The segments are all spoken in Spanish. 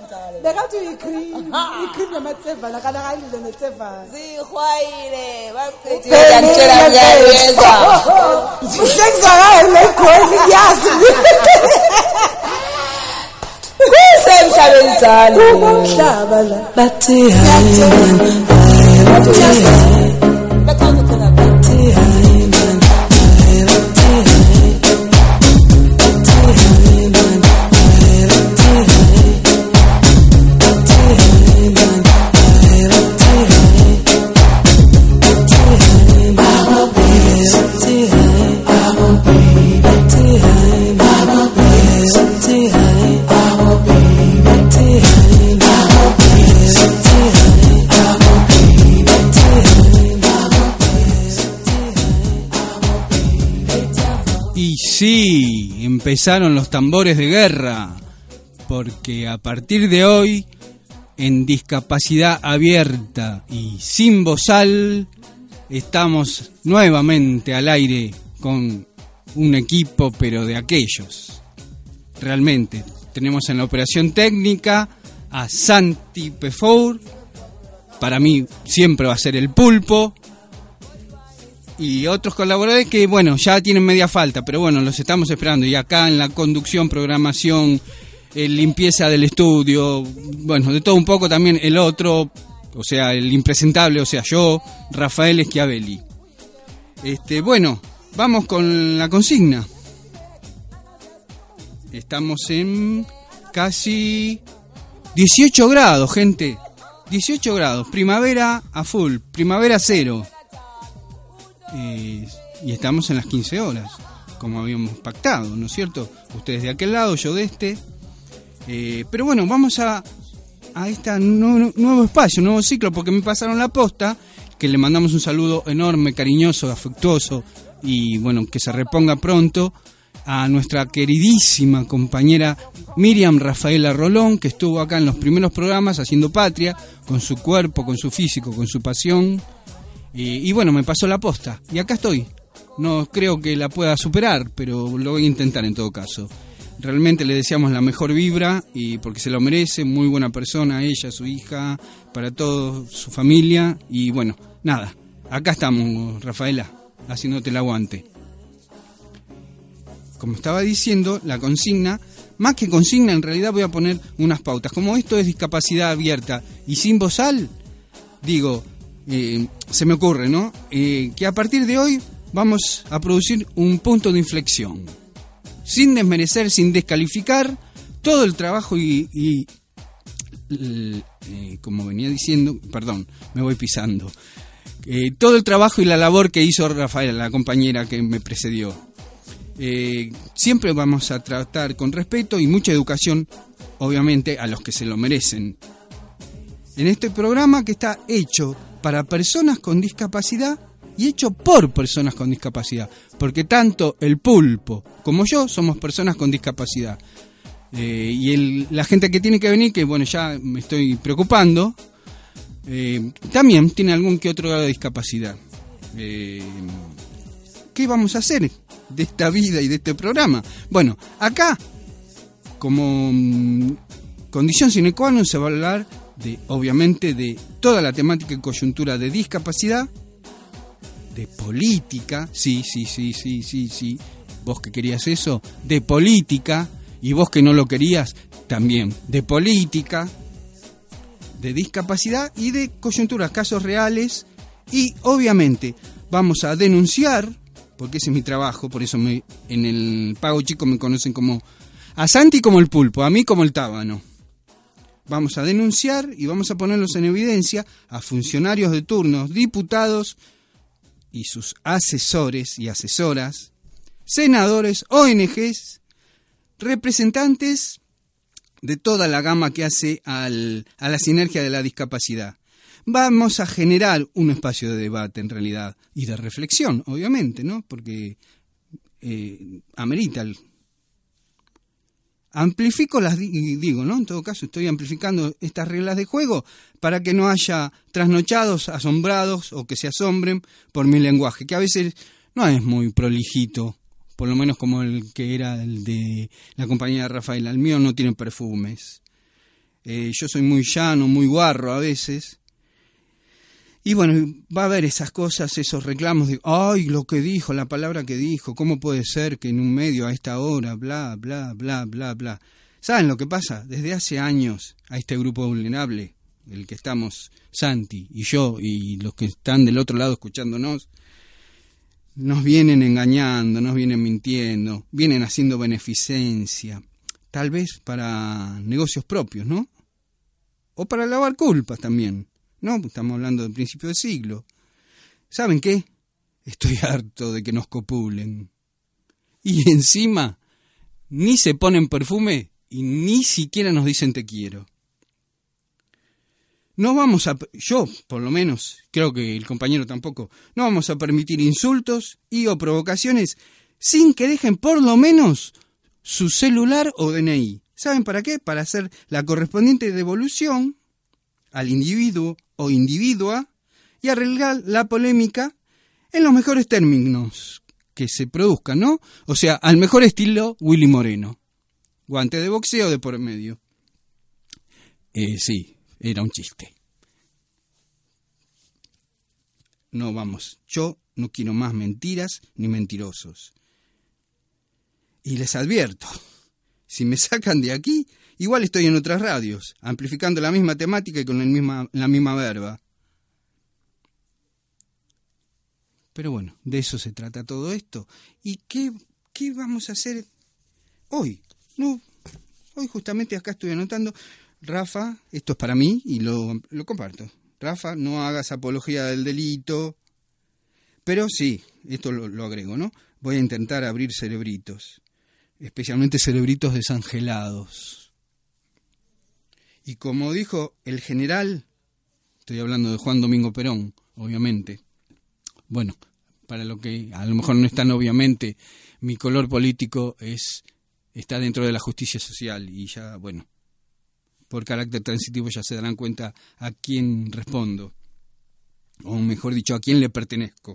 Bekathi uyi-cream namatseva lakalakayilile netseva. Zihwayile baqedile ngitshela ngiyayeza. Uhlekuzakala legoli yazi. Kusemhlabeni njalo. Umhlaba la. Bathi hayi man, hayi bathi hayi. Bathanda thina Bathi hayi man, hayi bathi hayi. Bathi hayi man, hayi bathi hayi. Bathi hayi man, hayi bathi hayi. Bathi hayi man, hayi bathi hayi. Bathi hayi man, hayi bathi hayi. Y sí, empezaron los tambores de guerra, porque a partir de hoy, en discapacidad abierta y sin bozal, estamos nuevamente al aire con un equipo, pero de aquellos. Realmente, tenemos en la operación técnica a Santi Pefour, para mí siempre va a ser el pulpo, y otros colaboradores que, bueno, ya tienen media falta, pero bueno, los estamos esperando. Y acá en la conducción, programación, limpieza del estudio, bueno, de todo un poco también el otro, o sea, el impresentable, o sea, yo, Rafael Schiavelli. Bueno, vamos con la consigna. Estamos en casi 18 grados, gente. 18 grados, primavera a full, primavera cero. Y estamos en las 15 horas, como habíamos pactado, ¿no es cierto? Ustedes de aquel lado, yo de este. Pero bueno, vamos a este nuevo espacio, nuevo ciclo, porque me pasaron la posta, que le mandamos un saludo enorme, cariñoso, afectuoso, y bueno, que se reponga pronto, a nuestra queridísima compañera Miriam Rafaela Rolón, que estuvo acá en los primeros programas haciendo patria, con su cuerpo, con su físico, con su pasión. Y bueno, me pasó la posta, y acá estoy. No creo que la pueda superar, pero lo voy a intentar en todo caso. Realmente le deseamos la mejor vibra, y porque se lo merece, muy buena persona, ella, su hija, para toda su familia. Y bueno, nada, acá estamos, Rafaela, haciéndote el aguante. Como estaba diciendo, la consigna, más que consigna, en realidad voy a poner unas pautas. Como esto es discapacidad abierta y sin bozal, digo... se me ocurre, ¿no? Que a partir de hoy vamos a producir un punto de inflexión, sin desmerecer, sin descalificar todo el trabajo y como venía diciendo, perdón, me voy pisando, todo el trabajo y la labor que hizo Rafaela, la compañera que me precedió. Siempre vamos a tratar con respeto y mucha educación, obviamente, a los que se lo merecen. En este programa que está hecho para personas con discapacidad y hecho por personas con discapacidad, porque tanto el pulpo como yo somos personas con discapacidad. Y la gente que tiene que venir, que bueno, ya me estoy preocupando, también tiene algún que otro grado de discapacidad. ¿Qué vamos a hacer de esta vida y de este programa? Bueno, acá, como condición sine qua non, se va a hablar obviamente de toda la temática y coyuntura de discapacidad, de política, sí, vos que querías eso, de política, y vos que no lo querías, también, de política, de discapacidad y de coyunturas, casos reales, y obviamente vamos a denunciar, porque ese es mi trabajo, por eso en el Pago Chico me conocen como a Santi como el pulpo, a mí como el tábano. Vamos a denunciar y vamos a ponerlos en evidencia a funcionarios de turno, diputados y sus asesores y asesoras, senadores, ONGs, representantes de toda la gama que hace a la sinergia de la discapacidad. Vamos a generar un espacio de debate, en realidad, y de reflexión, obviamente, ¿no? Porque amerita amplifico digo, ¿no? En todo caso, estoy amplificando estas reglas de juego para que no haya trasnochados, asombrados o que se asombren por mi lenguaje, que a veces no es muy prolijito, por lo menos como el que era el de la compañía de Rafael. El mío no tiene perfumes. Yo soy muy llano, muy guarro a veces. Y bueno, va a haber esas cosas, esos reclamos de, ay, lo que dijo, la palabra que dijo, ¿cómo puede ser que en un medio a esta hora, bla, bla, bla, bla, bla? ¿Saben lo que pasa? Desde hace años a este grupo vulnerable, el que estamos Santi y yo y los que están del otro lado escuchándonos, nos vienen engañando, nos vienen mintiendo, vienen haciendo beneficencia, tal vez para negocios propios, ¿no? O para lavar culpas también. No, estamos hablando del principio del siglo. ¿Saben qué? Estoy harto de que nos copulen. Y encima, ni se ponen perfume y ni siquiera nos dicen te quiero. No vamos a, yo por lo menos, creo que el compañero tampoco, no vamos a permitir insultos y o provocaciones sin que dejen por lo menos su celular o DNI. ¿Saben para qué? Para hacer la correspondiente devolución al individuo o individua y arreglar la polémica en los mejores términos que se produzcan, ¿no? O sea, al mejor estilo Willy Moreno. Guante de boxeo de por medio. Sí, era un chiste. No, vamos, yo no quiero más mentiras ni mentirosos. Y les advierto, si me sacan de aquí, igual estoy en otras radios, amplificando la misma temática y con la misma verba. Pero bueno, de eso se trata todo esto. ¿Y qué vamos a hacer hoy? No, hoy justamente acá estoy anotando, Rafa, esto es para mí y lo comparto. Rafa, no hagas apología del delito, pero sí, esto lo agrego, ¿no? Voy a intentar abrir cerebritos, especialmente cerebritos desangelados. Y como dijo el general, estoy hablando de Juan Domingo Perón, obviamente. Bueno, para lo que a lo mejor no es tan obviamente, mi color político está dentro de la justicia social y ya, bueno, por carácter transitivo ya se darán cuenta a quién respondo, o mejor dicho, a quién le pertenezco.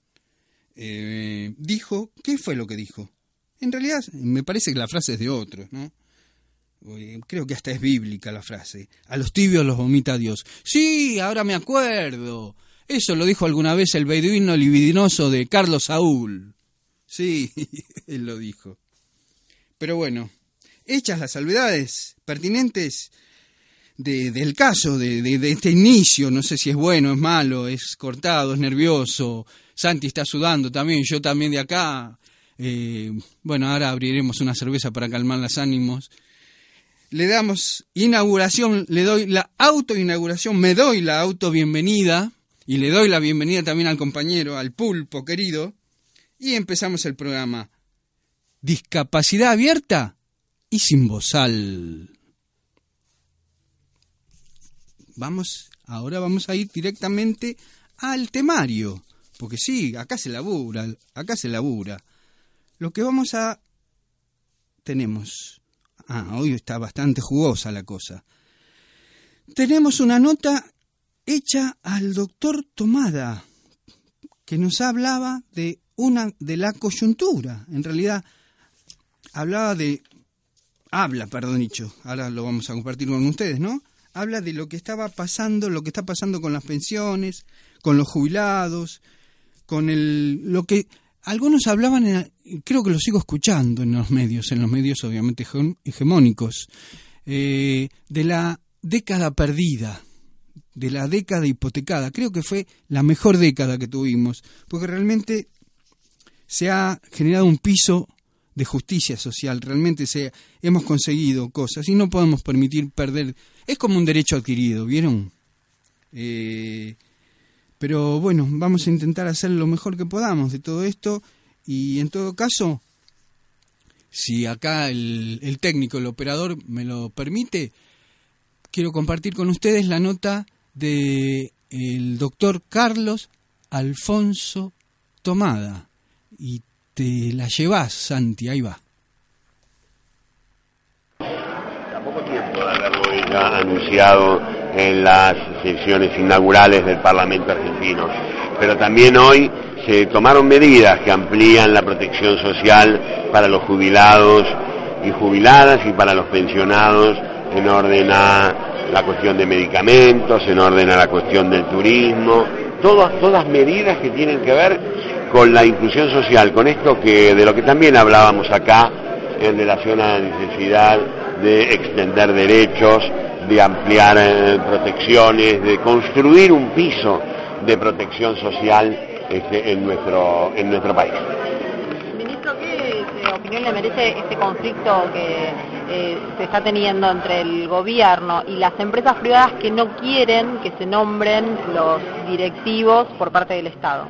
Dijo, ¿qué fue lo que dijo? En realidad me parece que la frase es de otros, ¿no? Creo que hasta es bíblica la frase. A los tibios los vomita Dios. Sí, ahora me acuerdo. Eso lo dijo alguna vez el beduino libidinoso de Carlos Saúl. Sí, él lo dijo. Pero bueno, hechas las salvedades pertinentes del caso, de este inicio, no sé si es bueno, es malo, es cortado, es nervioso, Santi está sudando también, yo también de acá. Bueno, ahora abriremos una cerveza para calmar los ánimos. Le damos inauguración, le doy la autoinauguración, me doy la autobienvenida y le doy la bienvenida también al compañero, al pulpo querido, y empezamos el programa. Discapacidad abierta y sin bozal. Ahora vamos a ir directamente al temario, porque sí, acá se labura. Lo que tenemos, hoy está bastante jugosa la cosa. Tenemos una nota hecha al doctor Tomada, que nos hablaba de la coyuntura. En realidad, habla, ahora lo vamos a compartir con ustedes, ¿no? Habla de lo que está pasando con las pensiones, con los jubilados, con lo que algunos hablaban, creo que lo sigo escuchando en los medios obviamente hegemónicos, de la década perdida, de la década hipotecada. Creo que fue la mejor década que tuvimos, porque realmente se ha generado un piso de justicia social, realmente hemos conseguido cosas y no podemos permitir perder. Es como un derecho adquirido, ¿vieron? Pero bueno, vamos a intentar hacer lo mejor que podamos de todo esto y en todo caso, si acá el técnico, el operador me lo permite, quiero compartir con ustedes la nota de el doctor Carlos Alfonso Tomada y te la llevas, Santi, ahí va. A poco tiempo de haberlo ya anunciado en las sesiones inaugurales del Parlamento argentino, pero también hoy se tomaron medidas que amplían la protección social para los jubilados y jubiladas y para los pensionados en orden a la cuestión de medicamentos, en orden a la cuestión del turismo, todas medidas que tienen que ver con la inclusión social, con esto de lo que también hablábamos acá en relación a la necesidad de extender derechos, de ampliar protecciones, de construir un piso de protección social en nuestro país. Ministro, ¿qué opinión le merece este conflicto que se está teniendo entre el gobierno y las empresas privadas que no quieren que se nombren los directivos por parte del Estado?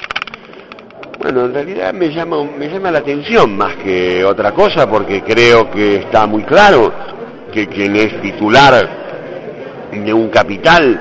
Bueno, en realidad me llama la atención más que otra cosa, porque creo que está muy claro que quien es titular de un capital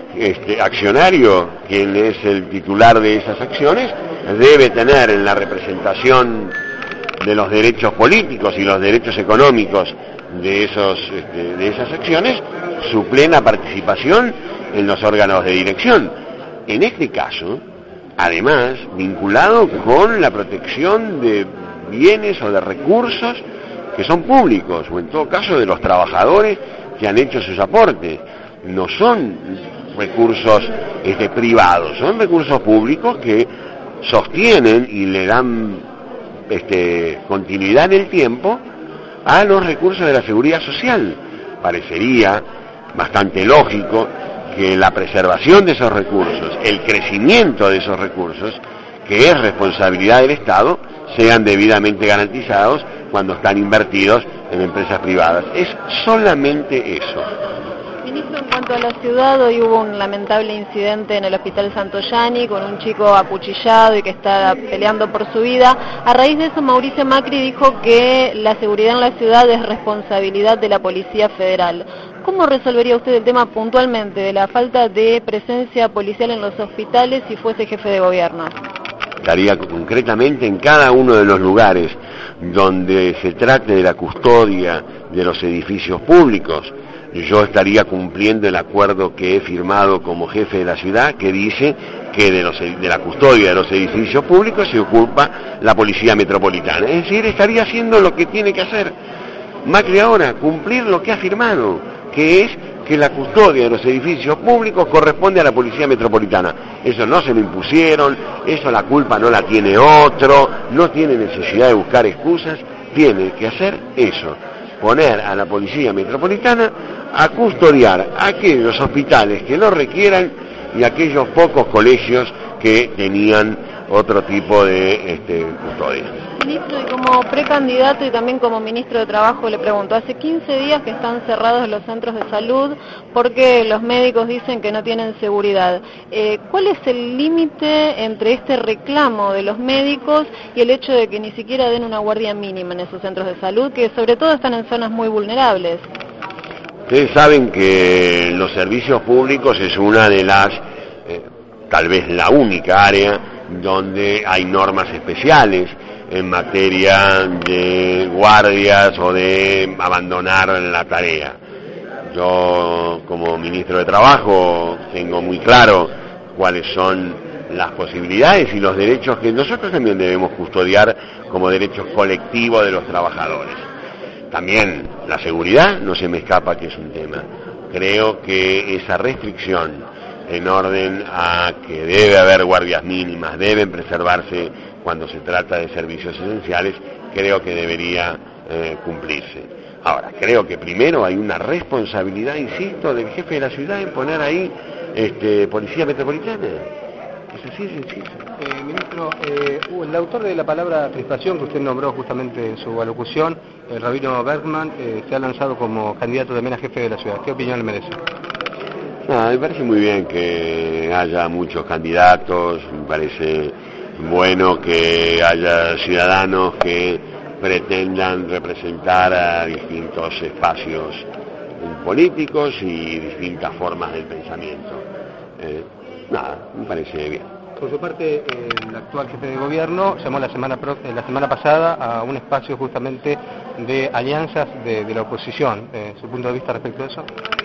accionario, quien es el titular de esas acciones, debe tener en la representación de los derechos políticos y los derechos económicos de esas acciones su plena participación en los órganos de dirección. En este caso, además, vinculado con la protección de bienes o de recursos que son públicos, o en todo caso de los trabajadores que han hecho sus aportes. No son recursos privados, son recursos públicos que sostienen y le dan continuidad en el tiempo a los recursos de la seguridad social. Parecería bastante lógico que la preservación de esos recursos, el crecimiento de esos recursos, que es responsabilidad del Estado, sean debidamente garantizados cuando están invertidos en empresas privadas. Es solamente eso. Ministro, en cuanto a la ciudad, hoy hubo un lamentable incidente en el Hospital Santoyani con un chico acuchillado y que está peleando por su vida. A raíz de eso, Mauricio Macri dijo que la seguridad en la ciudad es responsabilidad de la Policía Federal. ¿Cómo resolvería usted el tema puntualmente de la falta de presencia policial en los hospitales si fuese jefe de gobierno? Estaría concretamente en cada uno de los lugares donde se trate de la custodia de los edificios públicos. Yo estaría cumpliendo el acuerdo que he firmado como jefe de la ciudad, que dice que de la custodia de los edificios públicos se ocupa la Policía Metropolitana. Es decir, estaría haciendo lo que tiene que hacer Macri ahora, cumplir lo que ha firmado, que es que la custodia de los edificios públicos corresponde a la Policía Metropolitana. Eso no se lo impusieron, eso la culpa no la tiene otro, no tiene necesidad de buscar excusas, tiene que hacer eso, poner a la Policía Metropolitana a custodiar aquellos hospitales que lo requieran y aquellos pocos colegios que tenían otro tipo de custodia. Ministro, y como precandidato y también como ministro de Trabajo le pregunto, hace 15 días que están cerrados los centros de salud porque los médicos dicen que no tienen seguridad. ¿Cuál es el límite entre este reclamo de los médicos y el hecho de que ni siquiera den una guardia mínima en esos centros de salud, que sobre todo están en zonas muy vulnerables? Ustedes saben que los servicios públicos es una de las, tal vez la única área donde hay normas especiales en materia de guardias o de abandonar la tarea. Yo, como ministro de Trabajo, tengo muy claro cuáles son las posibilidades y los derechos que nosotros también debemos custodiar como derechos colectivos de los trabajadores. También la seguridad, no se me escapa que es un tema. Creo que esa restricción en orden a que debe haber guardias mínimas, deben preservarse cuando se trata de servicios esenciales, creo que debería cumplirse. Ahora, creo que primero hay una responsabilidad, insisto, del jefe de la ciudad en poner ahí Policía Metropolitana. Es así de sencillo. Ministro, el autor de la palabra crispación que usted nombró justamente en su alocución, el rabino Bergman, se ha lanzado como candidato también a jefe de la ciudad. ¿Qué opinión le merece? Me parece muy bien que haya muchos candidatos, me parece bueno que haya ciudadanos que pretendan representar a distintos espacios políticos y distintas formas del pensamiento. Me parece bien. Por su parte, el actual jefe de gobierno llamó la semana pasada a un espacio justamente de alianzas de la oposición. ¿Su punto de vista respecto a eso?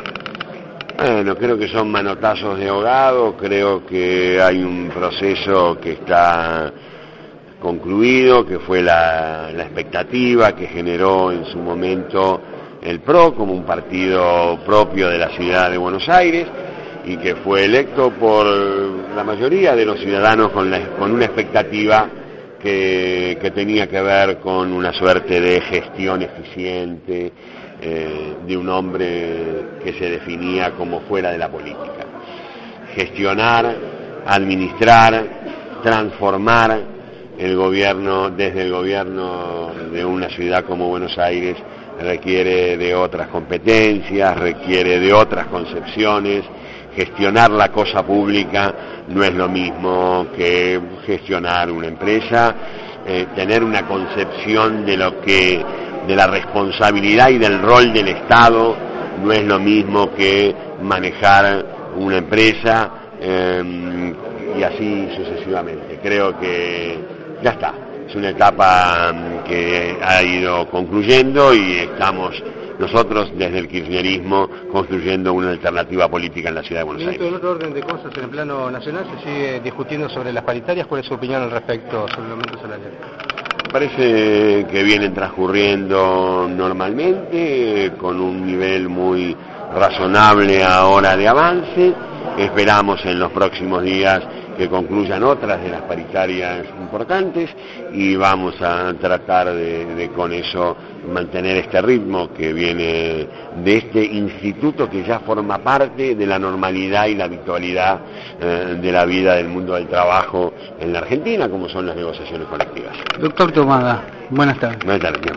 Bueno, creo que son manotazos de ahogado, creo que hay un proceso que está concluido, que fue la expectativa que generó en su momento el PRO como un partido propio de la ciudad de Buenos Aires y que fue electo por la mayoría de los ciudadanos con una expectativa que tenía que ver con una suerte de gestión eficiente de un hombre que se definía como fuera de la política. Gestionar, administrar, transformar el gobierno, desde el gobierno de una ciudad como Buenos Aires, requiere de otras competencias, requiere de otras concepciones. Gestionar la cosa pública no es lo mismo que gestionar una empresa, tener una concepción de la responsabilidad y del rol del Estado no es lo mismo que manejar una empresa, y así sucesivamente. Creo que ya está, es una etapa que ha ido concluyendo y estamos nosotros desde el kirchnerismo construyendo una alternativa política en la ciudad de Buenos Aires. En otro orden de cosas, en el plano nacional se sigue discutiendo sobre las paritarias. ¿Cuál es su opinión al respecto sobre el aumento salarial? Parece que vienen transcurriendo normalmente, con un nivel muy razonable ahora de avance. Esperamos en los próximos días que concluyan otras de las paritarias importantes y vamos a tratar de con eso mantener este ritmo que viene de este instituto que ya forma parte de la normalidad y la habitualidad de la vida del mundo del trabajo en la Argentina, como son las negociaciones colectivas. Doctor Tomada, buenas tardes. Buenas tardes.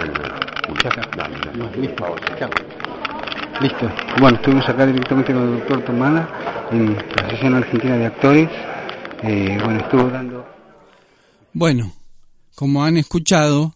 Listo. Bueno, estuvimos acá directamente con el doctor Tomada en la Asociación Argentina de Actores. Estuvo dando... Bueno, como han escuchado,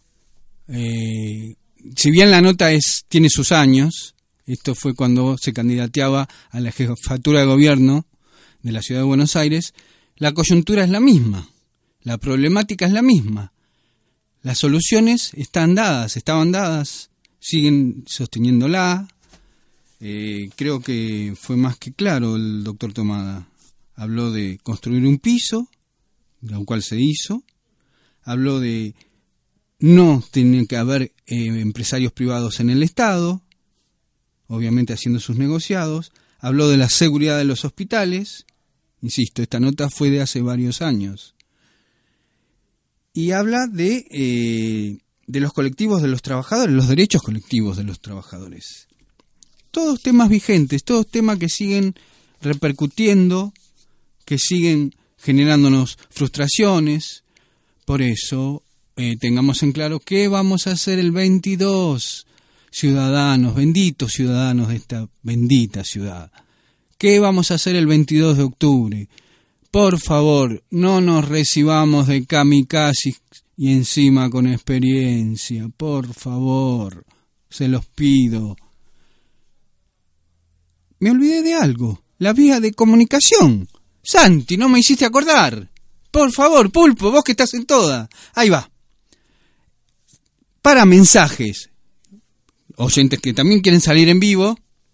si bien la nota tiene sus años, esto fue cuando se candidateaba a la jefatura de gobierno de la ciudad de Buenos Aires, la coyuntura es la misma, la problemática es la misma, las soluciones estaban dadas, siguen sosteniéndola. Creo que fue más que claro el doctor Tomada. Habló de construir un piso, lo cual se hizo. Habló de no tener que haber empresarios privados en el Estado, obviamente haciendo sus negociados. Habló de la seguridad de los hospitales. Insisto, esta nota fue de hace varios años. Y habla de los colectivos de los trabajadores, los derechos colectivos de los trabajadores. Todos temas vigentes, todos temas que siguen repercutiendo, que siguen generándonos frustraciones. Por eso, tengamos en claro qué vamos a hacer el 22, ciudadanos, benditos ciudadanos de esta bendita ciudad. ¿Qué vamos a hacer el 22 de octubre? Por favor, no nos recibamos de kamikaze y encima con experiencia. Por favor, se los pido. Me olvidé de algo, la vía de comunicación. Santi, no me hiciste acordar. Por favor, Pulpo, vos que estás en toda. Ahí va. Para mensajes, oyentes que también quieren salir en vivo,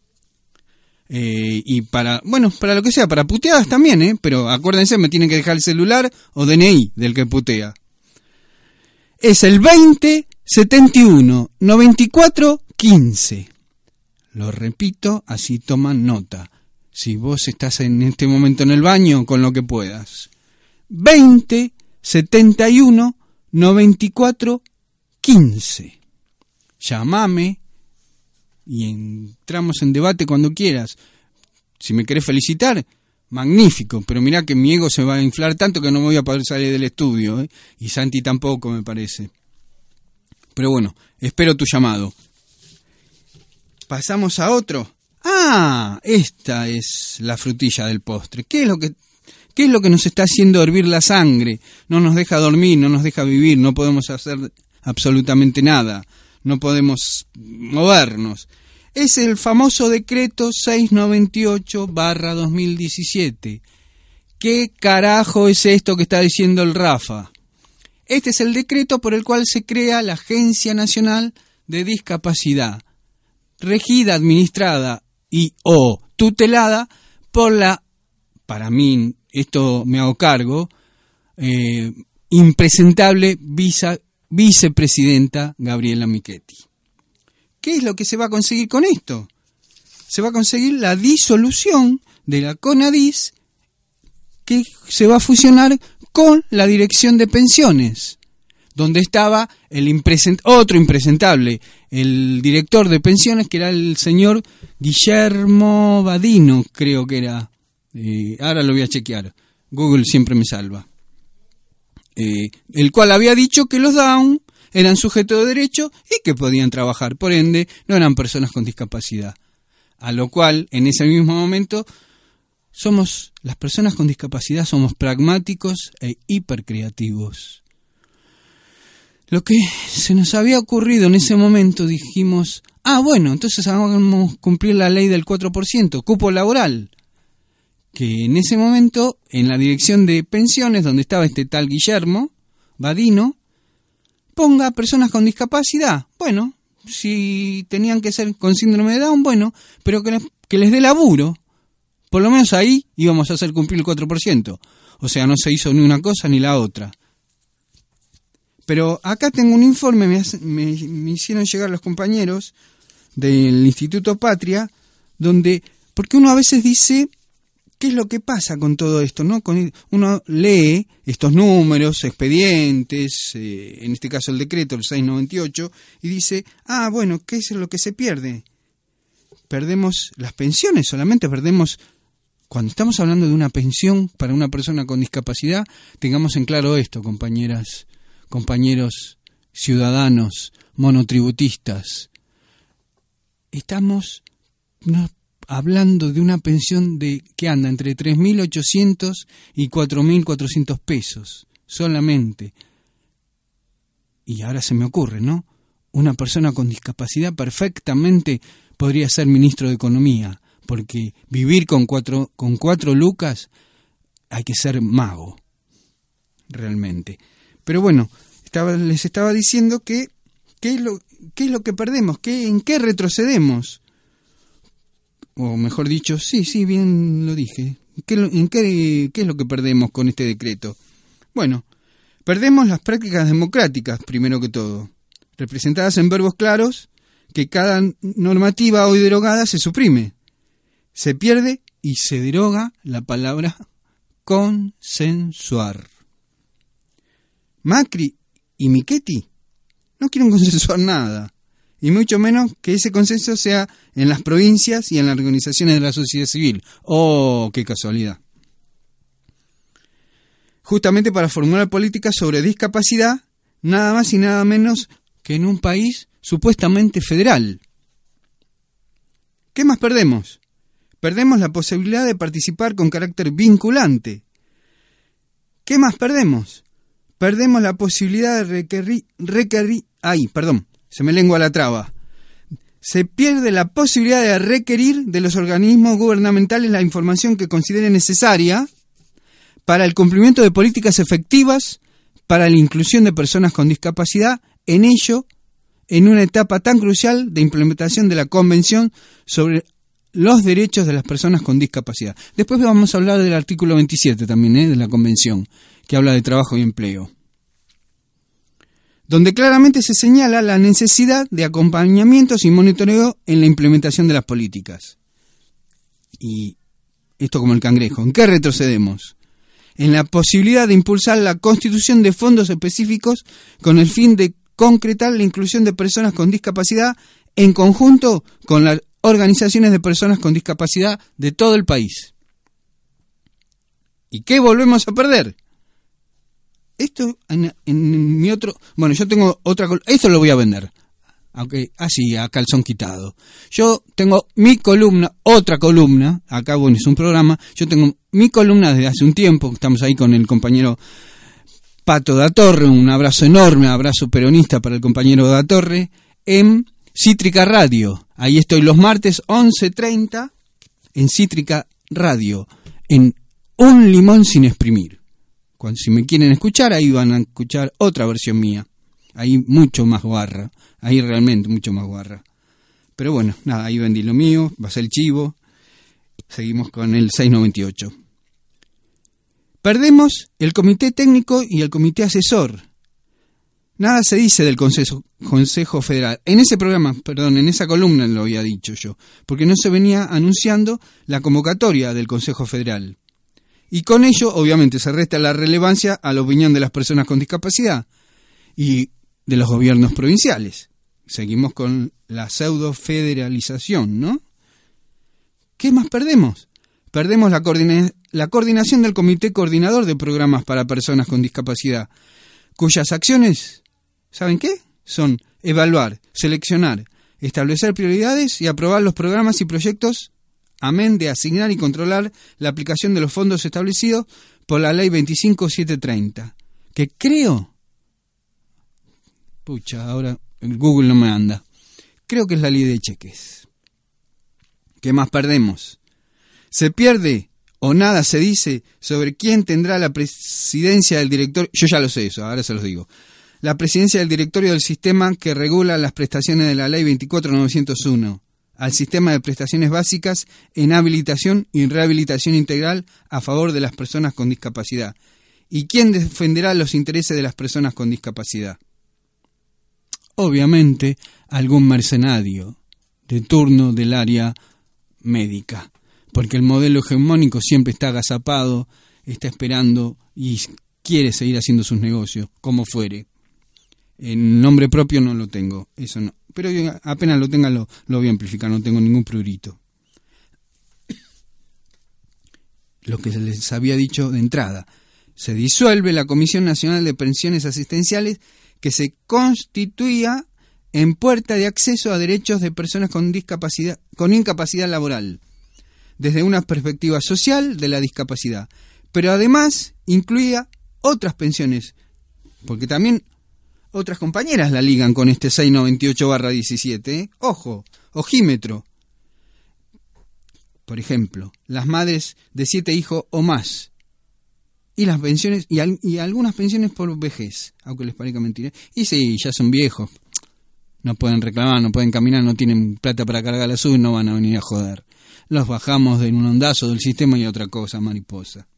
y para lo que sea, para puteadas también, pero acuérdense, me tienen que dejar el celular o DNI del que putea. Es el 20 71 94 15. Lo repito, así toman nota. Si vos estás en este momento en el baño, con lo que puedas. 20 71 94 15. Llámame y entramos en debate cuando quieras. Si me querés felicitar, magnífico, pero mirá que mi ego se va a inflar tanto que no me voy a poder salir del estudio, y Santi tampoco, me parece. Pero bueno, espero tu llamado. Pasamos a otro. Esta es la frutilla del postre. ¿Qué es lo que nos está haciendo hervir la sangre? No nos deja dormir, no nos deja vivir, no podemos hacer absolutamente nada, no podemos movernos. Es el famoso decreto 698/2017. ¿Qué carajo es esto que está diciendo el Rafa? Este es el decreto por el cual se crea la Agencia Nacional de Discapacidad, regida, administrada y o tutelada por la, para mí, esto me hago cargo, impresentable vicepresidenta Gabriela Michetti. ¿qué es lo que se va a conseguir con esto? Se va a conseguir la disolución de la CONADIS, que se va a fusionar con la Dirección de Pensiones, donde estaba otro impresentable, el director de pensiones, que era el señor Guillermo Badino, creo que era. Ahora lo voy a chequear. Google siempre me salva. El cual había dicho que los Down eran sujetos de derecho y que podían trabajar, por ende no eran personas con discapacidad. A lo cual, en ese mismo momento, las personas con discapacidad somos pragmáticos e hipercreativos. Lo que se nos había ocurrido en ese momento, dijimos, bueno, entonces vamos a cumplir la ley del 4%, cupo laboral. Que en ese momento, en la Dirección de Pensiones, donde estaba este tal Guillermo Badino, ponga personas con discapacidad. Bueno, si tenían que ser con síndrome de Down, bueno, pero que les dé laburo. Por lo menos ahí íbamos a hacer cumplir el 4%. O sea, no se hizo ni una cosa ni la otra. Pero acá tengo un informe, me hicieron llegar los compañeros del Instituto Patria, porque uno a veces dice, ¿qué es lo que pasa con todo esto? ¿No? Uno lee estos números, expedientes, en este caso el decreto, el 698, y dice, bueno, ¿qué es lo que se pierde? Perdemos las pensiones, solamente perdemos. Cuando estamos hablando de una pensión para una persona con discapacidad, tengamos en claro esto, compañeras, compañeros ciudadanos, monotributistas. Estamos hablando de una pensión que anda entre 3.800 y 4.400 pesos, solamente. Y ahora se me ocurre, ¿no? Una persona con discapacidad perfectamente podría ser ministro de Economía, porque vivir con cuatro lucas hay que ser mago, realmente. Pero bueno, les estaba diciendo que ¿qué es lo que perdemos? ¿En qué retrocedemos? O mejor dicho, sí, bien lo dije. ¿Qué es lo que perdemos con este decreto? Bueno, perdemos las prácticas democráticas, primero que todo, representadas en verbos claros, que cada normativa hoy derogada se suprime. Se pierde y se deroga la palabra consensuar. Macri y Michetti no quieren consensuar nada, y mucho menos que ese consenso sea en las provincias y en las organizaciones de la sociedad civil. ¡Oh, qué casualidad! Justamente para formular políticas sobre discapacidad, nada más y nada menos que en un país supuestamente federal. ¿Qué más perdemos? Perdemos la posibilidad de participar con carácter vinculante. ¿Qué más perdemos? Perdemos la posibilidad de se me lengua la traba. Se pierde la posibilidad de requerir de los organismos gubernamentales la información que consideren necesaria para el cumplimiento de políticas efectivas para la inclusión de personas con discapacidad, en una etapa tan crucial de implementación de la Convención sobre los derechos de las personas con discapacidad. Después vamos a hablar del artículo 27 también, de la Convención, que habla de trabajo y empleo, donde claramente se señala la necesidad de acompañamientos y monitoreo en la implementación de las políticas. Y esto como el cangrejo. ¿En qué retrocedemos? En la posibilidad de impulsar la constitución de fondos específicos con el fin de concretar la inclusión de personas con discapacidad en conjunto con las organizaciones de personas con discapacidad de todo el país. ¿Y qué volvemos a perder? Esto en mi otro... Bueno, yo tengo otra... Esto lo voy a vender. Aunque así, a calzón quitado. Yo tengo mi columna, otra columna. Acá, bueno, es un programa. Yo tengo mi columna desde hace un tiempo. Estamos ahí con el compañero Pato da Torre. Un abrazo enorme, abrazo peronista para el compañero da Torre. En Cítrica Radio. Ahí estoy los martes 11:30 en Cítrica Radio. En Un Limón Sin Exprimir. Si me quieren escuchar, ahí van a escuchar otra versión mía. Ahí mucho más guarra. Ahí realmente mucho más guarra. Pero bueno, nada, ahí vendí lo mío, va a ser el chivo. Seguimos con el 698. Perdemos el comité técnico y el comité asesor. Nada se dice del Consejo Federal. En ese programa, en esa columna lo había dicho yo, porque no se venía anunciando la convocatoria del Consejo Federal. Y con ello, obviamente, se resta la relevancia a la opinión de las personas con discapacidad y de los gobiernos provinciales. Seguimos con la pseudo-federalización, ¿no? ¿Qué más perdemos? Perdemos la coordinación del Comité Coordinador de Programas para Personas con Discapacidad, cuyas acciones, ¿saben qué? Son evaluar, seleccionar, establecer prioridades y aprobar los programas y proyectos, amén de asignar y controlar la aplicación de los fondos establecidos por la Ley 25730, que creo, ahora el Google no me anda, creo que es la ley de cheques. ¿Qué más perdemos? Se pierde o nada se dice sobre quién tendrá la presidencia del directorio. Yo ya lo sé eso, ahora se los digo. La presidencia del directorio del sistema que regula las prestaciones de la Ley 24901, al sistema de prestaciones básicas en habilitación y rehabilitación integral a favor de las personas con discapacidad. ¿Y quién defenderá los intereses de las personas con discapacidad? Obviamente, algún mercenario de turno del área médica, porque el modelo hegemónico siempre está agazapado, está esperando y quiere seguir haciendo sus negocios, como fuere. En nombre propio no lo tengo, eso no. Pero yo apenas lo tenga lo voy a amplificar, no tengo ningún prurito. Lo que les había dicho de entrada, se disuelve la Comisión Nacional de Pensiones Asistenciales que se constituía en puerta de acceso a derechos de personas con discapacidad, con incapacidad laboral, desde una perspectiva social de la discapacidad, pero además incluía otras pensiones, porque también otras compañeras la ligan con este 698/17, ¿eh? Ojo, ojímetro. Por ejemplo, las madres de 7 hijos o más, y las pensiones y algunas pensiones por vejez, aunque les parezca mentira. Y sí, ya son viejos, no pueden reclamar, no pueden caminar, no tienen plata para cargar la SUB y no van a venir a joder. Los bajamos de un ondazo del sistema y otra cosa, mariposa.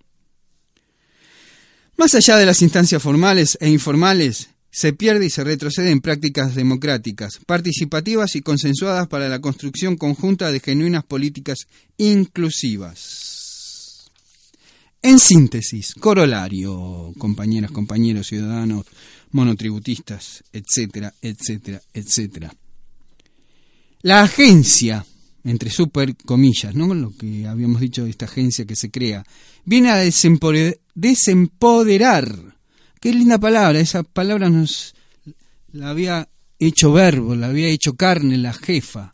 Más allá de las instancias formales e informales, se pierde y se retrocede en prácticas democráticas, participativas y consensuadas para la construcción conjunta de genuinas políticas inclusivas. En síntesis, corolario, compañeras, compañeros, ciudadanos, monotributistas, etcétera, etcétera, etcétera. La agencia, entre super comillas, ¿no? Lo que habíamos dicho de esta agencia que se crea, viene a desempoderar. Qué linda palabra, esa palabra nos la había hecho verbo, la había hecho carne la jefa.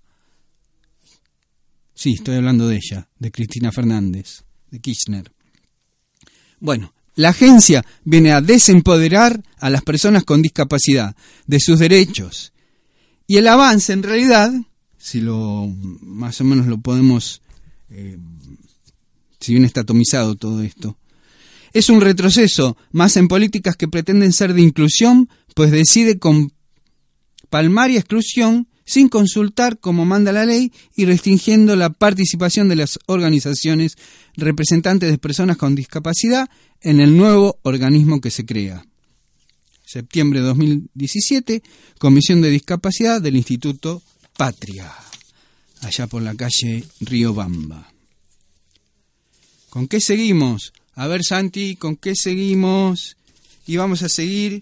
Sí, estoy hablando de ella, de Cristina Fernández, de Kirchner. Bueno, la agencia viene a desempoderar a las personas con discapacidad de sus derechos. Y el avance, en realidad, si lo más o menos lo podemos, si bien está atomizado todo esto, es un retroceso más en políticas que pretenden ser de inclusión, pues decide con palmaria exclusión sin consultar como manda la ley y restringiendo la participación de las organizaciones representantes de personas con discapacidad en el nuevo organismo que se crea. Septiembre de 2017, Comisión de Discapacidad del Instituto Patria, allá por la calle Riobamba. ¿Con qué seguimos? A ver, Santi, ¿con qué seguimos? Y vamos a seguir.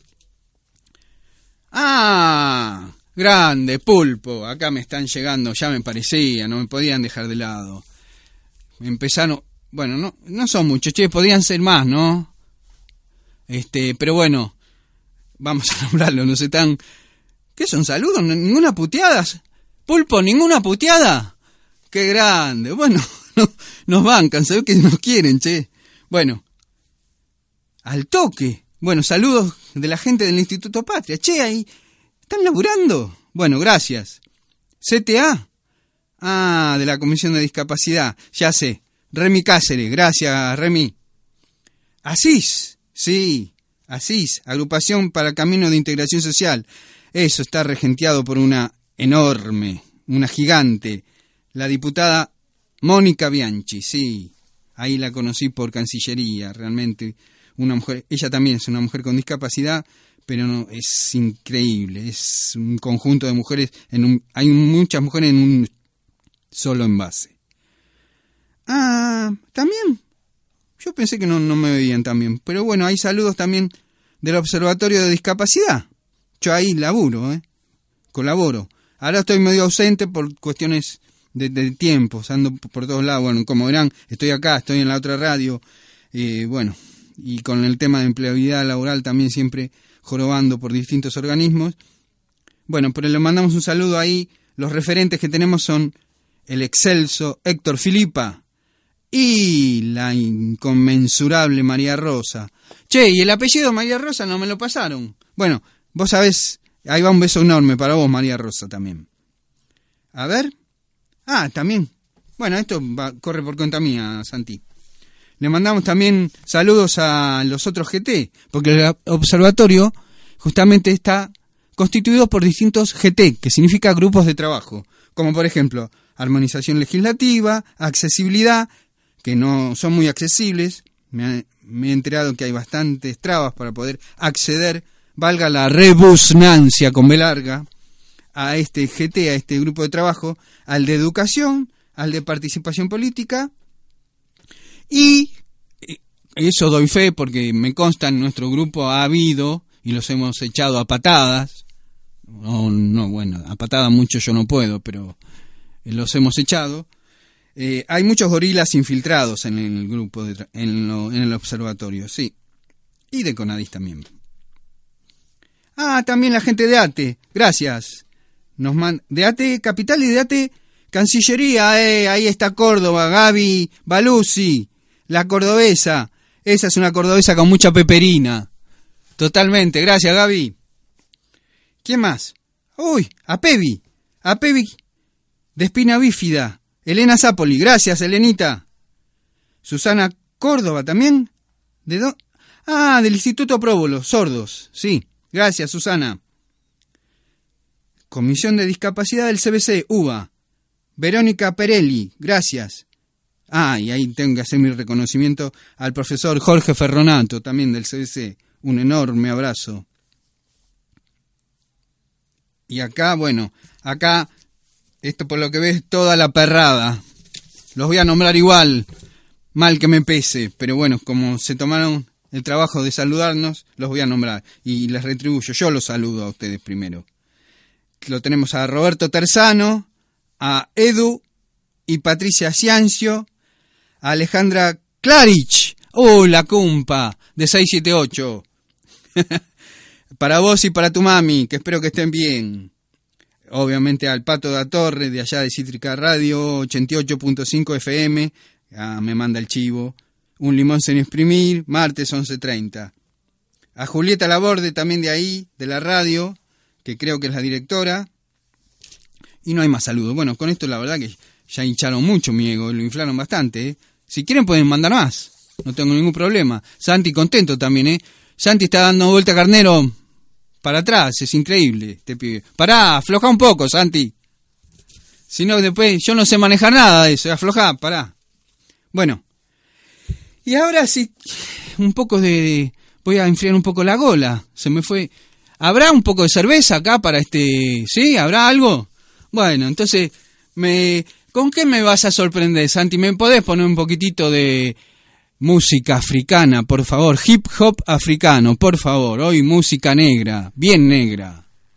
¡Ah! Grande, Pulpo. Acá me están llegando, ya me parecía, no me podían dejar de lado. Empezaron, bueno, no son muchos, che, podían ser más, ¿no? Pero bueno, vamos a nombrarlo, no sé tan... ¿Qué son, saludos? ¿Ninguna puteada? Pulpo, ¿ninguna puteada? ¡Qué grande! Bueno, nos bancan, se ve que nos quieren, che. Bueno, al toque. Bueno, saludos de la gente del Instituto Patria. Che, ahí, ¿están laburando? Bueno, gracias. CTA. Ah, de la Comisión de Discapacidad. Ya sé. Remy Cáceres. Gracias, Remy. Asís. Sí, Asís. Agrupación para Camino de Integración Social. Eso está regenteado por una enorme, una gigante. La diputada Mónica Bianchi, sí. Ahí la conocí por Cancillería, realmente una mujer, ella también es una mujer con discapacidad, pero no, es increíble, es un conjunto de mujeres, hay muchas mujeres en un solo envase. También, yo pensé que no me veían también, pero bueno, hay saludos también del Observatorio de Discapacidad. Yo ahí laburo, colaboro. Ahora estoy medio ausente por cuestiones de tiempo, ando por todos lados. Bueno, como verán, estoy acá, estoy en la otra radio, bueno, y con el tema de empleabilidad laboral también siempre jorobando por distintos organismos. Bueno, pero le mandamos un saludo ahí. Los referentes que tenemos son el excelso Héctor Filipa y la inconmensurable María Rosa. Che, y el apellido María Rosa no me lo pasaron. Bueno, vos sabés, ahí va un beso enorme para vos, María Rosa, también. A ver. También. Bueno, esto corre por cuenta mía, Santi. Le mandamos también saludos a los otros GT, porque el observatorio justamente está constituido por distintos GT, que significa grupos de trabajo, como por ejemplo, armonización legislativa, accesibilidad, que no son muy accesibles. Me he enterado que hay bastantes trabas para poder acceder, valga la rebusnancia con B larga, a este GT, a este grupo de trabajo, al de educación, al de participación política, y eso doy fe porque me consta en nuestro grupo ha habido, y los hemos echado a patadas, bueno, a patadas mucho yo no puedo, pero los hemos echado. Hay muchos gorilas infiltrados en el grupo, en el observatorio, sí, y de Conadis también. También la gente de ATE, gracias. De ATE Capital y de ATE Cancillería, ahí está Córdoba, Gaby Baluzzi, la cordobesa. Esa es una cordobesa con mucha peperina. Totalmente, gracias Gaby. ¿Quién más? A Pevi de Espina Bífida, Elena Zapoli, gracias Elenita. Susana Córdoba también. Del Instituto Próbolo, sordos, sí, gracias Susana. Comisión de Discapacidad del CBC, UBA, Verónica Perelli, gracias. Y ahí tengo que hacer mi reconocimiento al profesor Jorge Ferronato, también del CBC, un enorme abrazo. Y acá, esto por lo que ves, toda la perrada. Los voy a nombrar igual, mal que me pese, pero bueno, como se tomaron el trabajo de saludarnos, los voy a nombrar y les retribuyo. Yo los saludo a ustedes primero. Lo tenemos a Roberto Terzano, a Edu y Patricia Ciancio, a Alejandra Clarich, la cumpa de 678. Para vos y para tu mami, que espero que estén bien. Obviamente al Pato da Torre, de allá de Cítrica Radio, 88.5 FM, me manda el chivo. Un limón sin exprimir, martes 11:30. A Julieta Laborde, también de ahí, de la radio, que creo que es la directora. Y no hay más saludos. Bueno, con esto la verdad que ya hincharon mucho mi ego, lo inflaron bastante, Si quieren pueden mandar más, no tengo ningún problema. Santi contento también, Santi está dando vuelta carnero para atrás, es increíble este pibe. Pará, afloja un poco, Santi. Si no, después yo no sé manejar nada de eso, aflojá, pará. Bueno, y ahora sí, un poco voy a enfriar un poco la gola, se me fue. ¿Habrá un poco de cerveza acá para ¿Sí? ¿Habrá algo? Bueno, entonces, ¿con qué me vas a sorprender, Santi? ¿Me podés poner un poquitito de música africana, por favor? Hip hop africano, por favor. Hoy música negra, bien negra.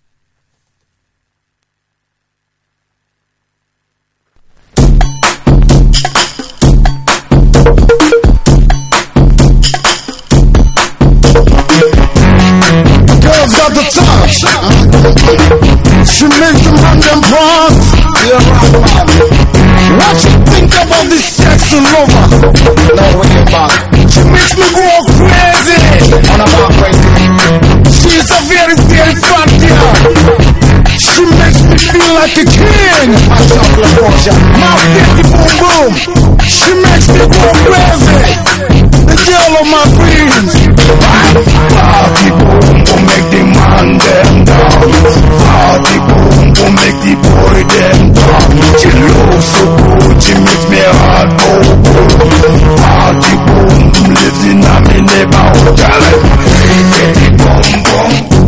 Got the touch. She makes them run them bronze. What you think about this sexy lover? No way about it. She makes me go crazy. On about crazy. She's a very, very fat girl. She makes me feel like a king. My chocolate portion. My baby boom boom. She makes me go crazy. The girl of my dreams. Party boom boom make the man them down. Party boom boom make the boy them down. She looks so good, she makes me heart go boom. Party boom boom lives in a neighborhood. Hey, baby boom boom.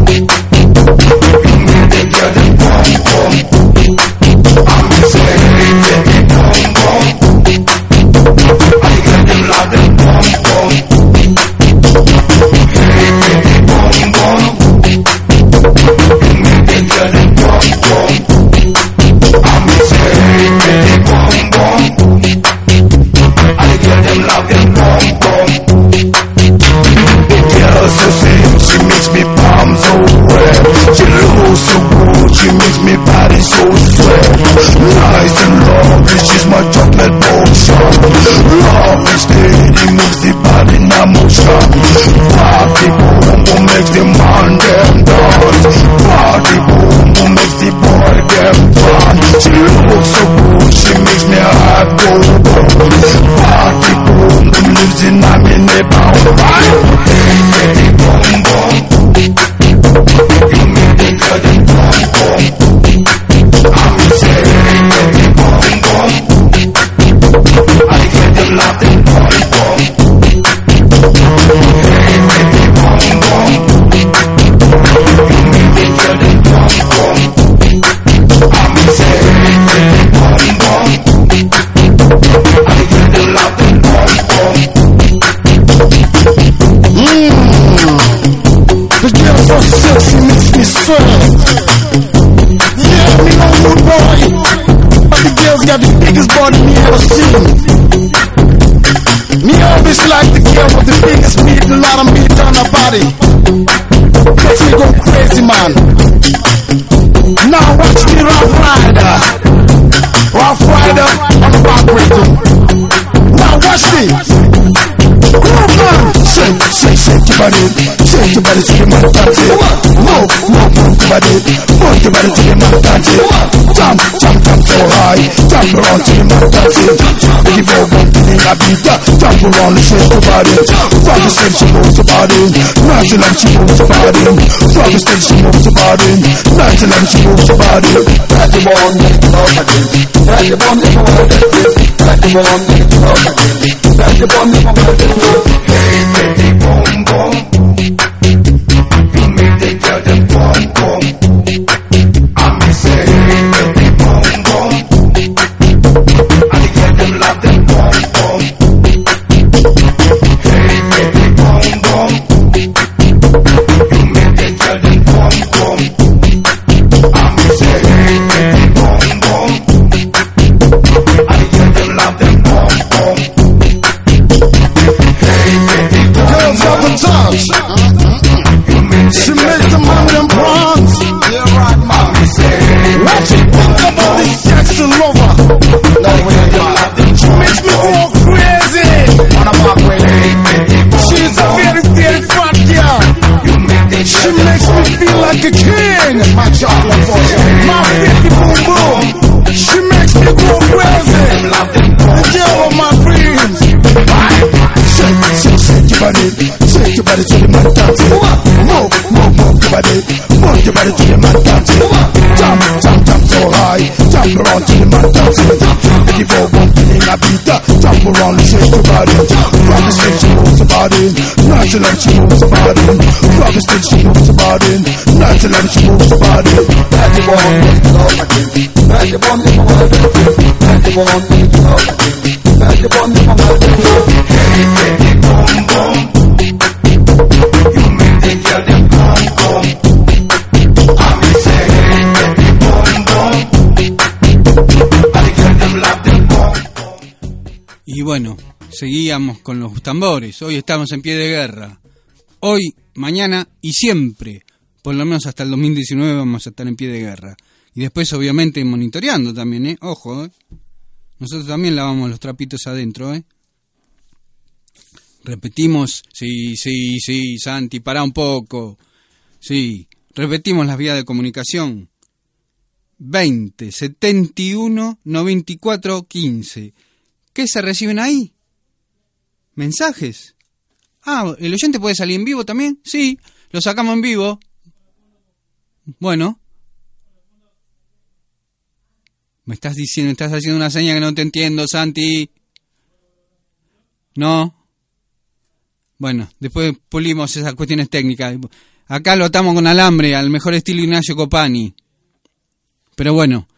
makes me body so sweat. Nice and lovely, she's my chocolate potion. Love is steady, moves the body in motion. Party boom boom makes the man them dance. Party boom boom makes the boy them fun. She looks so good, she makes me heart go boom. Party boom boom lives in a minute bound. Hey, boom boom. You make the girl them boom boom. I'm saying baby boom boom. I get them love them boom boom. Hey baby boom boom. You make the girl them boom boom. I'm saying baby boom boom. I get them love them boom boom. The girl so sexy makes me sweat. Yeah, me no good boy, but the girl's got the biggest body me ever seen. Me always like the girl with the biggest meat, a lot of meat on her body. Makes me go crazy, man. Now watch me Rough Rider. Rough Rider on the back rhythm. Now watch me. Groove man. Shake your body. Shake your body to the man dance. Move your body. Move your body to the man dance. Jump so high. Jump around to the man dance. If you go one to the beat, jump around and shake your body. From the stage she moves your body. Nice and she moves your body. From the stage she moves your body. Nice and she moves your body. Let the one make it up again. Let the one make it up again. Let the one make it up again. Let the one make it up again. Hey baby boom boom. You make the girl them boom boom. I'm saying hey baby boom boom. I get them love them boom boom. Hey baby boom boom. You make the girl them boom boom. I'm saying hey baby boom boom. I get them love them boom boom. Hey baby boom boom. Girls got the touch. She makes the money them bronze. Yeah, right, man. What you think about this sexy lover? No way, she makes me go crazy. She's a very, very fat girl. She makes me feel like a king. My chocolate portion. My baby boom boom. She makes me go crazy. The girl of my dreams. Shake your body. Shake your body to the man dance. Move your body. Move your body to the man dance. Jump so high. Jump around to the man dance. If you go one thing in a beat, jump around and shake your body. From the stage she moves your body. Nice and she moves your body. From the stage she moves your body. Nice and she moves your body. Let the one make it up again. Let the one make it up again. Let the one make it up again. Let the one make it up again. Hey baby boom boom. You make the girl them boom boom. I'm saying hey baby boom boom. I get them love them boom. Y bueno, seguíamos con los tambores. Hoy estamos en pie de guerra. Hoy, mañana y siempre. Por lo menos hasta el 2019 vamos a estar en pie de guerra. Y después, obviamente, monitoreando también, ¿eh? Ojo, ¿eh? Nosotros también lavamos los trapitos adentro, ¿eh? Repetimos, sí, Santi, pará un poco. Sí, repetimos las vías de comunicación. 20 71 94 15. ¿Qué se reciben ahí? ¿Mensajes? Ah, ¿el oyente puede salir en vivo también? Sí, lo sacamos en vivo. Bueno. Me estás haciendo una seña que no te entiendo, Santi. No. Bueno, después pulimos esas cuestiones técnicas. Acá lo atamos con alambre, al mejor estilo Ignacio Copani. Pero bueno,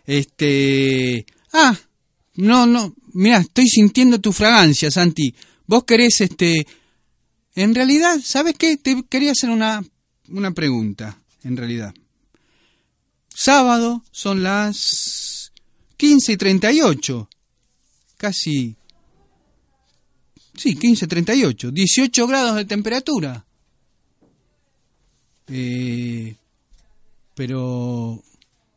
no, mirá, estoy sintiendo tu fragancia, Santi. Vos querés, en realidad, ¿sabes qué? Te quería hacer una pregunta, en realidad. Sábado son las 15:38. Casi... Sí, 15:38. 18 grados de temperatura. Pero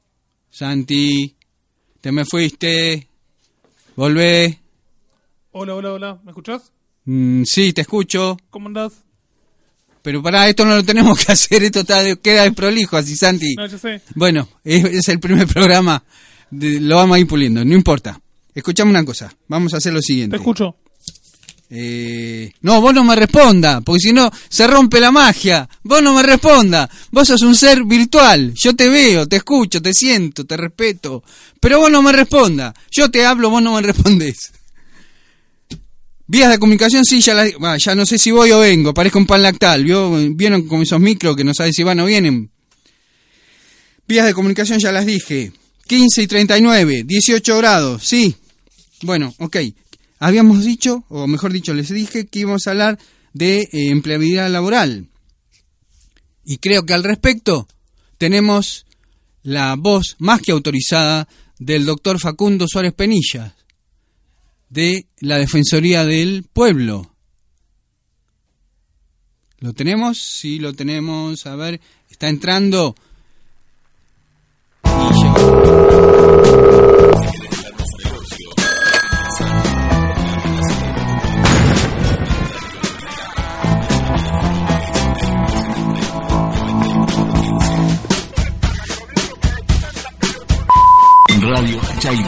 Santi, te me fuiste. Volvé. Hola, ¿me escuchás? Sí, te escucho. ¿Cómo andás? Pero pará, esto no lo tenemos que hacer, esto queda desprolijo así, Santi. No, yo sé. Bueno, es el primer programa, lo vamos a ir puliendo, no importa. Escuchame una cosa, vamos a hacer lo siguiente. Te escucho. No, vos no me responda, porque si no se rompe la magia. Vos no me responda. Vos sos un ser virtual. Yo te veo, te escucho, te siento, te respeto. Pero vos no me responda. Yo te hablo, vos no me respondés. Vías de comunicación, sí, ya no sé si voy o vengo. Parezco un pan lactal. ¿Vieron con esos micros que no sabes si van o vienen? Vías de comunicación ya las dije. 15 y 39, 18 grados, sí. Bueno, ok. Habíamos dicho, o mejor dicho, les dije que íbamos a hablar de empleabilidad laboral. Y creo que al respecto tenemos la voz más que autorizada del doctor Facundo Suárez Penillas, de la Defensoría del Pueblo. ¿Lo tenemos? Sí, lo tenemos. A ver, está entrando. Y llegó. Radio Chairis.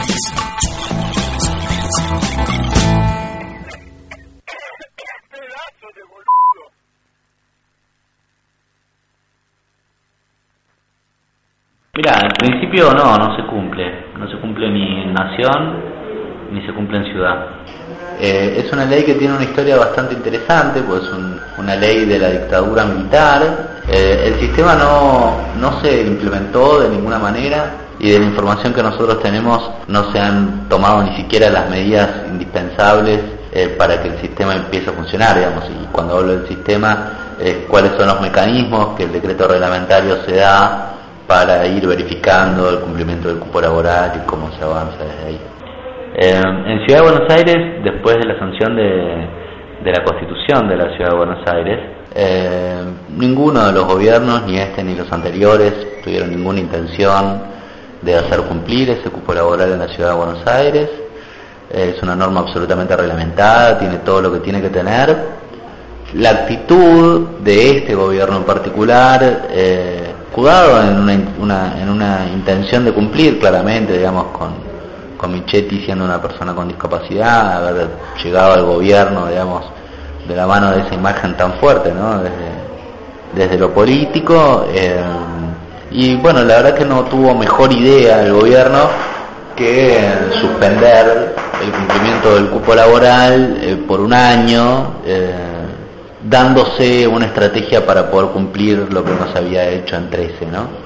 Mira, en principio no se cumple ni en nación ni se cumple en ciudad. Es una ley que tiene una historia bastante interesante, pues es una ley de la dictadura militar. El sistema no se implementó de ninguna manera y de la información que nosotros tenemos no se han tomado ni siquiera las medidas indispensables para que el sistema empiece a funcionar, digamos. Y cuando hablo del sistema, cuáles son los mecanismos que el decreto reglamentario se da para ir verificando el cumplimiento del cupo laboral y cómo se avanza desde ahí. En Ciudad de Buenos Aires, después de la sanción de la Constitución de la Ciudad de Buenos Aires, ninguno de los gobiernos, ni este ni los anteriores, tuvieron ninguna intención de hacer cumplir ese cupo laboral en la Ciudad de Buenos Aires. Es una norma absolutamente reglamentada, tiene todo lo que tiene que tener. La actitud de este gobierno en particular, jugado en una intención de cumplir claramente, digamos, con Michetti siendo una persona con discapacidad, haber llegado al gobierno, digamos, de la mano de esa imagen tan fuerte, ¿no? Desde lo político, y bueno, la verdad que no tuvo mejor idea el gobierno que suspender el cumplimiento del cupo laboral por un año, dándose una estrategia para poder cumplir lo que no se había hecho en 13, ¿no?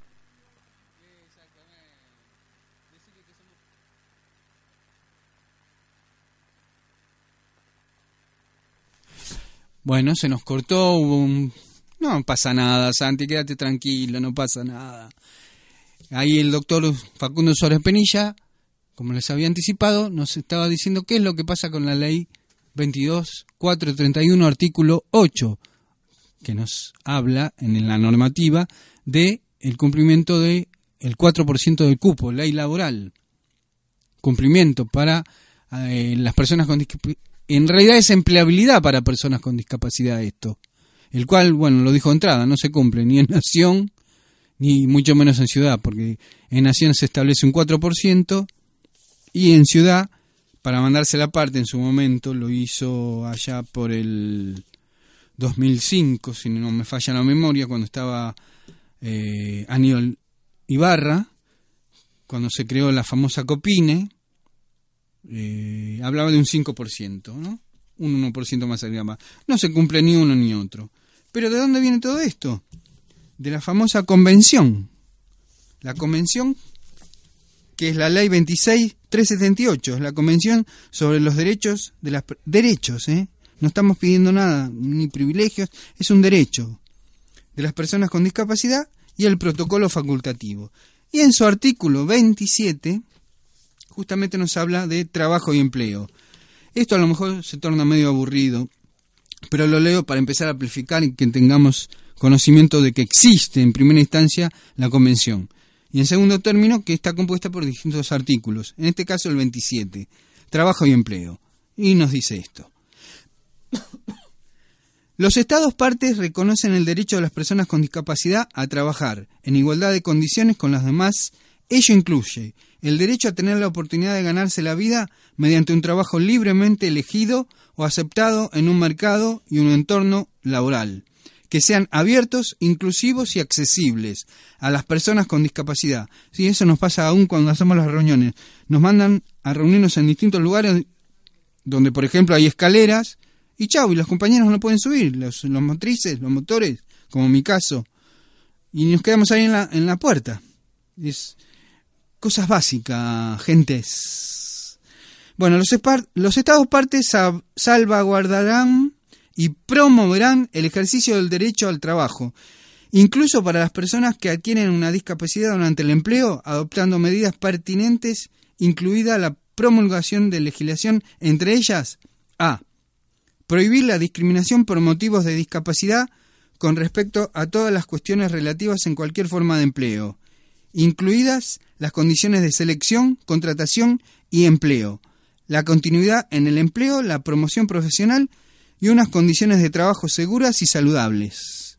Bueno, se nos cortó, no pasa nada, Santi, quédate tranquilo, no pasa nada. Ahí el doctor Facundo Suárez Penilla, como les había anticipado, nos estaba diciendo qué es lo que pasa con la ley 22.431, artículo 8, que nos habla en la normativa de el cumplimiento de el 4% del cupo, ley laboral. Cumplimiento para las personas con discapacidad. En realidad es empleabilidad para personas con discapacidad esto, el cual, bueno, lo dijo de entrada, no se cumple ni en nación ni mucho menos en ciudad, porque en nación se establece un 4% y en ciudad, para mandarse la parte en su momento, lo hizo allá por el 2005, si no me falla la memoria, cuando estaba Aníbal Ibarra, cuando se creó la famosa COPINE. Hablaba de un 5%, ¿no? Un 1% más arriba. No se cumple ni uno ni otro. Pero ¿de dónde viene todo esto? De la famosa convención. La convención, que es la ley 26.378, es la convención sobre los derechos de las derechos, no estamos pidiendo nada, ni privilegios, es un derecho de las personas con discapacidad y el protocolo facultativo. Y en su artículo 27 justamente nos habla de trabajo y empleo. Esto a lo mejor se torna medio aburrido, pero lo leo para empezar a amplificar y que tengamos conocimiento de que existe en primera instancia la convención. Y en segundo término, que está compuesta por distintos artículos, en este caso el 27, trabajo y empleo. Y nos dice esto. Los Estados partes reconocen el derecho de las personas con discapacidad a trabajar en igualdad de condiciones con las demás. Ello incluye el derecho a tener la oportunidad de ganarse la vida mediante un trabajo libremente elegido o aceptado en un mercado y un entorno laboral, que sean abiertos, inclusivos y accesibles a las personas con discapacidad. Sí, eso nos pasa aún cuando hacemos las reuniones. Nos mandan a reunirnos en distintos lugares donde, por ejemplo, hay escaleras y chau, y los compañeros no pueden subir, los motrices, los motores, como en mi caso, y nos quedamos ahí en la puerta. Es cosas básicas, gentes. Bueno, los Estados partes salvaguardarán y promoverán el ejercicio del derecho al trabajo, incluso para las personas que adquieren una discapacidad durante el empleo, adoptando medidas pertinentes, incluida la promulgación de legislación, entre ellas: a. Prohibir la discriminación por motivos de discapacidad con respecto a todas las cuestiones relativas en cualquier forma de empleo, incluidas las condiciones de selección, contratación y empleo, la continuidad en el empleo, la promoción profesional y unas condiciones de trabajo seguras y saludables.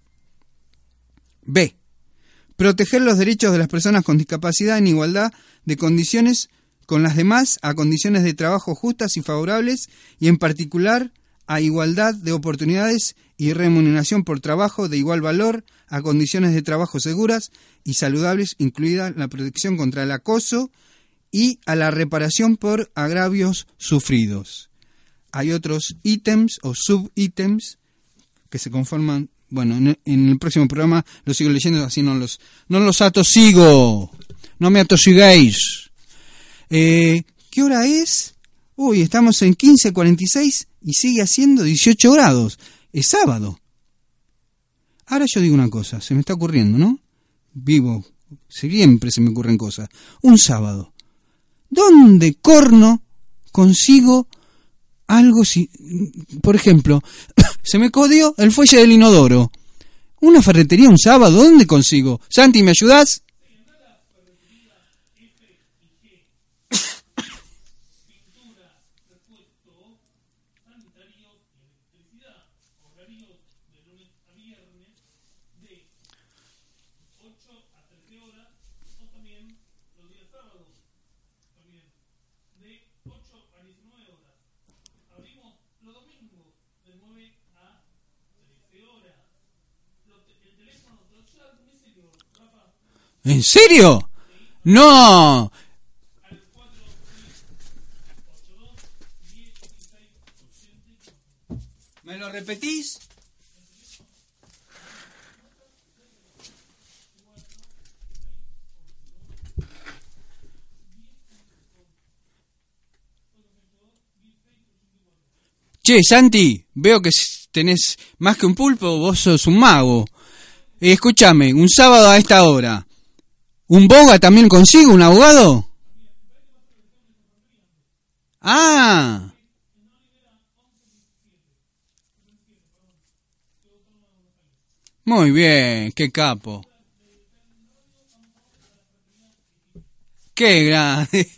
B. Proteger los derechos de las personas con discapacidad en igualdad de condiciones con las demás, a condiciones de trabajo justas y favorables, y en particular a igualdad de oportunidades y remuneración por trabajo de igual valor, a condiciones de trabajo seguras y saludables, incluida la protección contra el acoso y a la reparación por agravios sufridos. Hay otros ítems o subítems que se conforman. Bueno, en el próximo programa los sigo leyendo, así no los atosigo. No me atosiguéis. ¿Qué hora es? Uy, estamos en 15:46 y sigue haciendo 18 grados. Es sábado. Ahora yo digo una cosa, se me está ocurriendo, ¿no? Siempre se me ocurren cosas. Un sábado. ¿Dónde corno consigo algo? Por ejemplo, se me codió el fuelle del inodoro. ¿Una ferretería un sábado? ¿Dónde consigo? Santi, ¿me ayudás? ¿En serio? ¡No! ¿Me lo repetís? Che, Santi, veo que tenés más que un pulpo, vos sos un mago. Escúchame, un sábado a esta hora. ¿Un boga también consigo, un abogado? Ah. Muy bien, qué capo. Qué grande.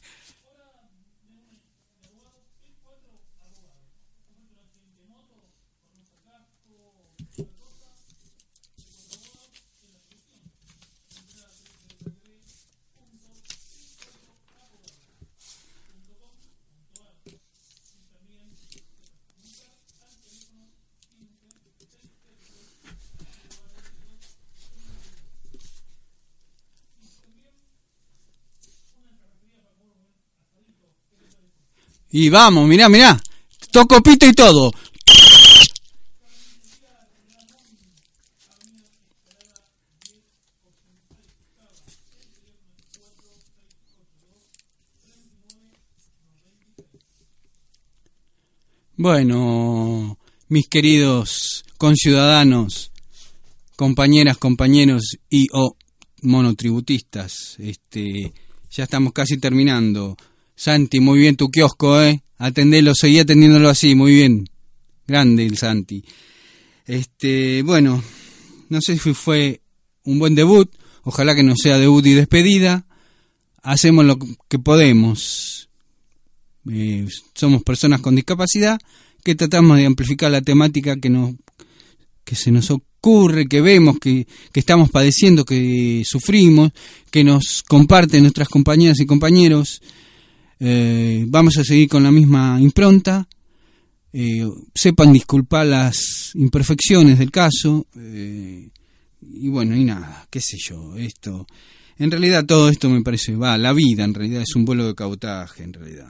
Y vamos, mirá, toco pito y todo. Bueno, mis queridos conciudadanos, compañeras, compañeros y monotributistas, ya estamos casi terminando. Santi, muy bien tu kiosco, atendelo, seguí atendiéndolo así, muy bien. Grande el Santi. Bueno, no sé si fue un buen debut ojalá que no sea debut y despedida. Hacemos lo que podemos. Somos personas con discapacidad que tratamos de amplificar la temática que se nos ocurre, que vemos, que estamos padeciendo, que sufrimos, que nos comparten nuestras compañeras y compañeros. Vamos a seguir con la misma impronta. Sepan disculpar las imperfecciones del caso. Y bueno, y nada, qué sé yo, esto... En realidad todo esto me parece... la vida en realidad es un vuelo de cabotaje, en realidad.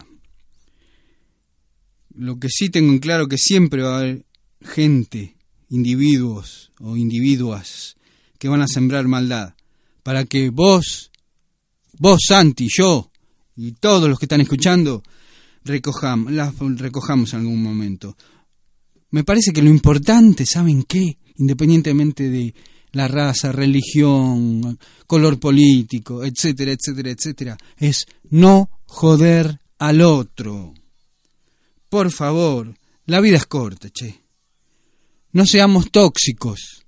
Lo que sí tengo en claro que siempre va a haber gente, individuos o individuas que van a sembrar maldad para que vos Santi, yo y todos los que están escuchando recojamos en algún momento. Me parece que lo importante, ¿saben qué? Independientemente de la raza, religión, color político, etcétera, etcétera, etcétera, es no joder al otro. Por favor, la vida es corta, che. No seamos tóxicos.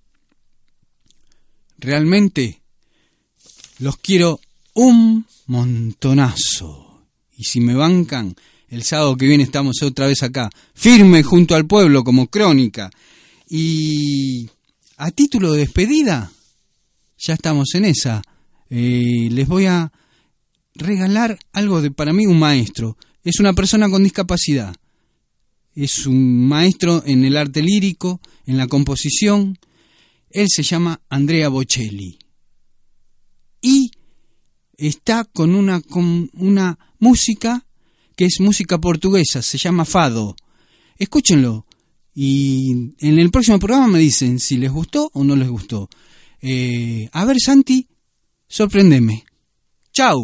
Realmente los quiero un montonazo. Y si me bancan, el sábado que viene estamos otra vez acá, firme junto al pueblo como Crónica. Y a título de despedida, ya estamos en esa. Les voy a regalar algo de, para mí, un maestro. Es una persona con discapacidad. Es un maestro en el arte lírico, en la composición. Él se llama Andrea Bocelli. Y está con una música que es música portuguesa, se llama fado. Escúchenlo. Y en el próximo programa me dicen si les gustó o no les gustó. A ver, Santi, sorpréndeme. Chau.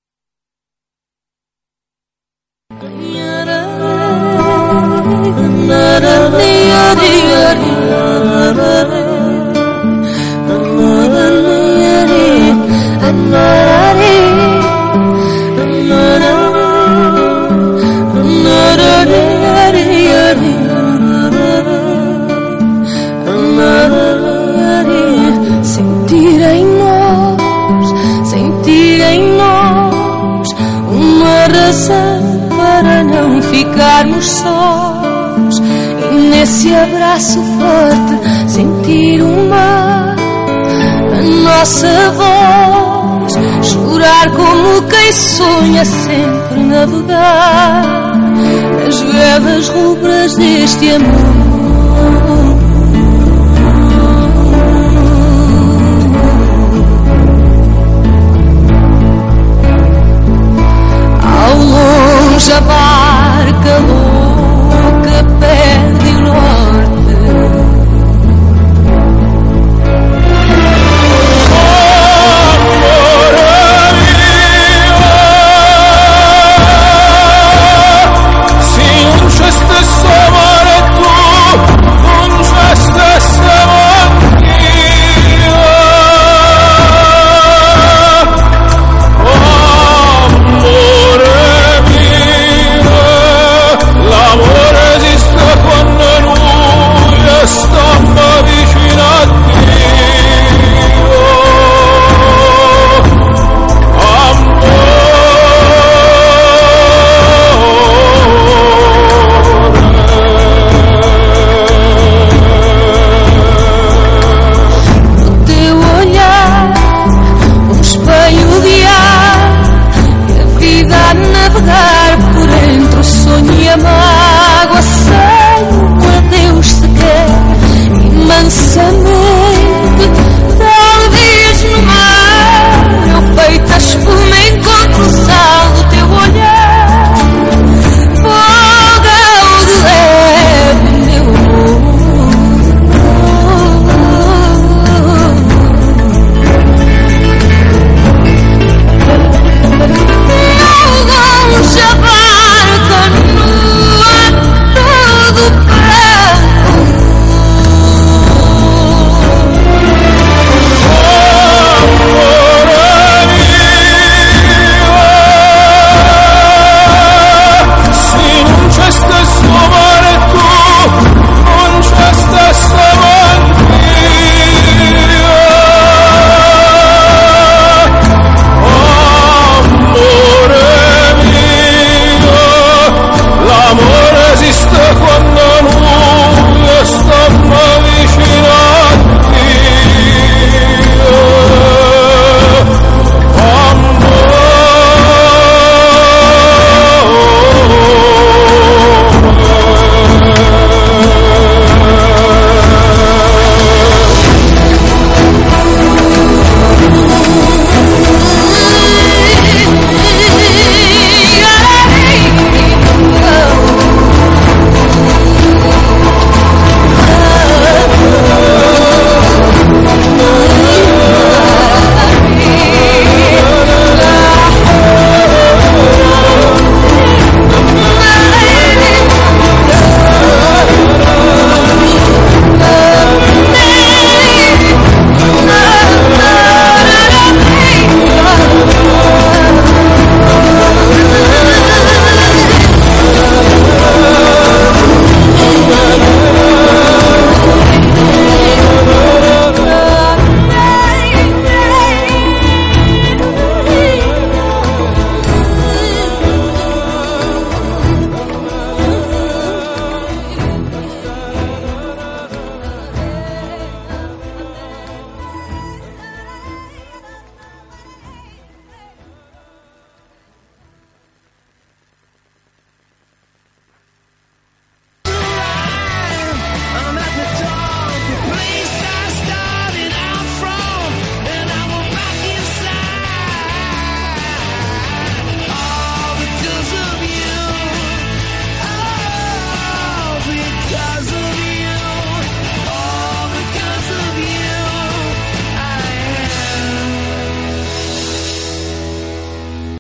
Sentir em nós uma razão para não ficarmos sós, e nesse abraço forte sentir o mar, a nossa voz, chorar como quem sonha sempre navegar nas velas rubras deste amor.